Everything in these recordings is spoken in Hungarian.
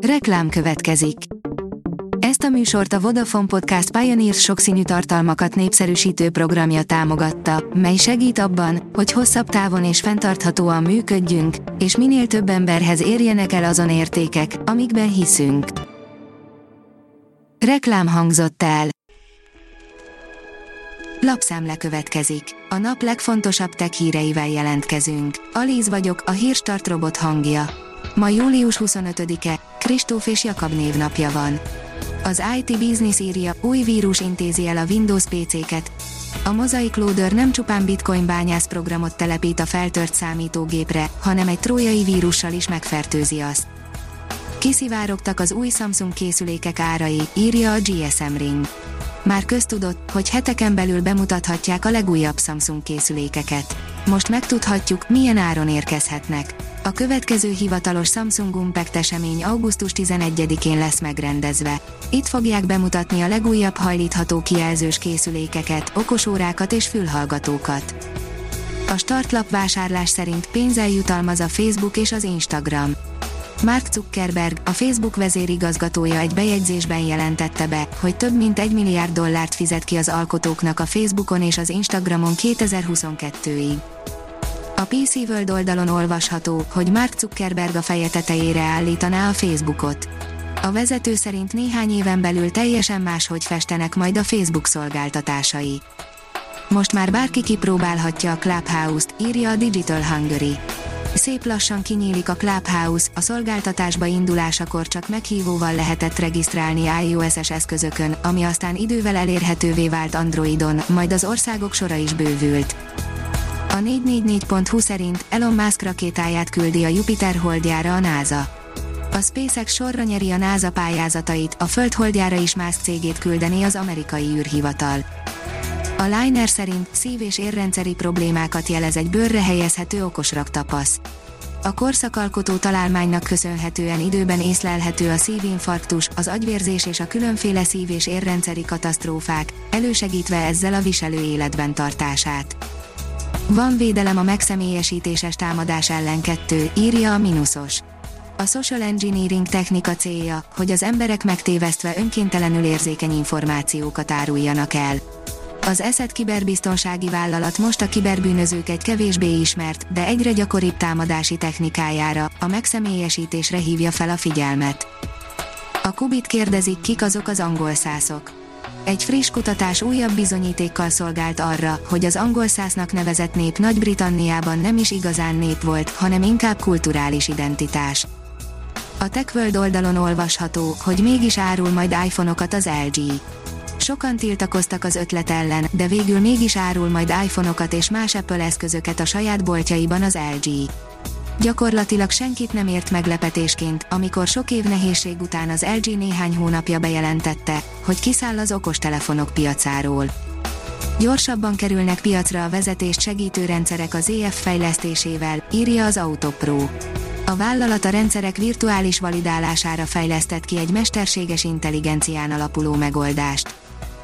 Reklám következik. Ezt a műsort a Vodafone Podcast Pioneers sokszínű tartalmakat népszerűsítő programja támogatta, mely segít abban, hogy hosszabb távon és fenntarthatóan működjünk, és minél több emberhez érjenek el azon értékek, amikben hiszünk. Reklám hangzott el. Lapszemle következik. A nap legfontosabb tech híreivel jelentkezünk. Alíz vagyok, a Hírstart robot hangja. Ma július 25-e, Kristóf és Jakab névnapja van. Az IT Business írja, új vírus intézi el a Windows PC-ket. A Mosaic Loader nem csupán bitcoin bányász programot telepít a feltört számítógépre, hanem egy trójai vírussal is megfertőzi azt. Kiszivárogtak az új Samsung készülékek árai, írja a GSM Ring. Már köztudott, hogy heteken belül bemutathatják a legújabb Samsung készülékeket. Most megtudhatjuk, milyen áron érkezhetnek. A következő hivatalos Samsung Unpacked esemény augusztus 11-én lesz megrendezve. Itt fogják bemutatni a legújabb hajlítható kijelzős készülékeket, okosórákat és fülhallgatókat. A startlap vásárlás szerint pénzzel jutalmaz a Facebook és az Instagram. Mark Zuckerberg, a Facebook vezérigazgatója egy bejegyzésben jelentette be, hogy több mint $1 milliárd fizet ki az alkotóknak a Facebookon és az Instagramon 2022-ig. A PC World oldalon olvasható, hogy Mark Zuckerberg a feje tetejére állítaná a Facebookot. A vezető szerint néhány éven belül teljesen máshogy festenek majd a Facebook szolgáltatásai. Most már bárki kipróbálhatja a Clubhouse-t, írja a Digital Hungary. Szép lassan kinyílik a Clubhouse, a szolgáltatásba indulásakor csak meghívóval lehetett regisztrálni iOS-es eszközökön, ami aztán idővel elérhetővé vált Androidon, majd az országok sora is bővült. A 444.hu szerint Elon Musk rakétáját küldi a Jupiter holdjára a NASA. A SpaceX sorra nyeri a NASA pályázatait, a Föld holdjára is Musk cégét küldené az amerikai űrhivatal. A Liner szerint szív- és érrendszeri problémákat jelez egy bőrre helyezhető okosrak tapasz. A korszakalkotó találmánynak köszönhetően időben észlelhető a szívinfarktus, az agyvérzés és a különféle szív- és érrendszeri katasztrófák, elősegítve ezzel a viselő életben tartását. Van védelem a megszemélyesítéses támadás ellen 2, írja a Minusos. A social engineering technika célja, hogy az emberek megtévesztve önkéntelenül érzékeny információkat áruljanak el. Az Asset kiberbiztonsági vállalat most a kiberbűnözők egy kevésbé ismert, de egyre gyakoribb támadási technikájára, a megszemélyesítésre hívja fel a figyelmet. A Kubit kérdezik, kik azok az angolszászok. Egy friss kutatás újabb bizonyítékkal szolgált arra, hogy az angolszásznak nevezett nép Nagy-Britanniában nem is igazán nép volt, hanem inkább kulturális identitás. A TechWorld oldalon olvasható, hogy mégis árul majd iPhone-okat az LG. Sokan tiltakoztak az ötlet ellen, de végül mégis árul majd iPhone-okat és más Apple eszközöket a saját boltjaiban az LG. Gyakorlatilag senkit nem ért meglepetésként, amikor sok év nehézség után az LG néhány hónapja bejelentette, hogy kiszáll az okostelefonok piacáról. Gyorsabban kerülnek piacra a vezetést segítő rendszerek az EF fejlesztésével, írja az Autopro. A vállalat a rendszerek virtuális validálására fejlesztett ki egy mesterséges intelligencián alapuló megoldást.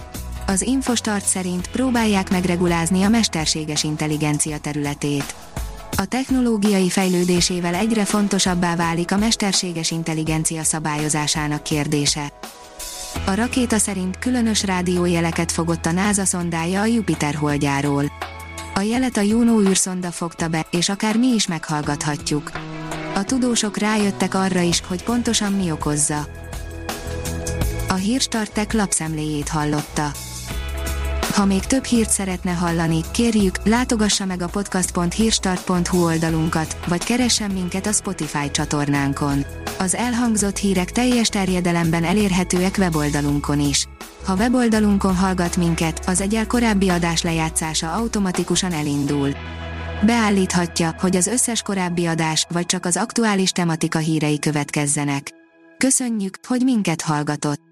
Az Infostart szerint próbálják megregulázni a mesterséges intelligencia területét. A technológiai fejlődésével egyre fontosabbá válik a mesterséges intelligencia szabályozásának kérdése. A rakéta szerint különös rádiójeleket fogott a NASA szondája a Jupiter holdjáról. A jelet a Juno űrszonda fogta be, és akár mi is meghallgathatjuk. A tudósok rájöttek arra is, hogy pontosan mi okozza. A Hírstart Tech lapszemléjét hallotta. Ha még több hírt szeretne hallani, kérjük, látogassa meg a podcast.hírstart.hu oldalunkat, vagy keressen minket a Spotify csatornánkon. Az elhangzott hírek teljes terjedelemben elérhetőek weboldalunkon is. Ha weboldalunkon hallgat minket, az egyel korábbi adás lejátszása automatikusan elindul. Beállíthatja, hogy az összes korábbi adás, vagy csak az aktuális tematika hírei következzenek. Köszönjük, hogy minket hallgatott!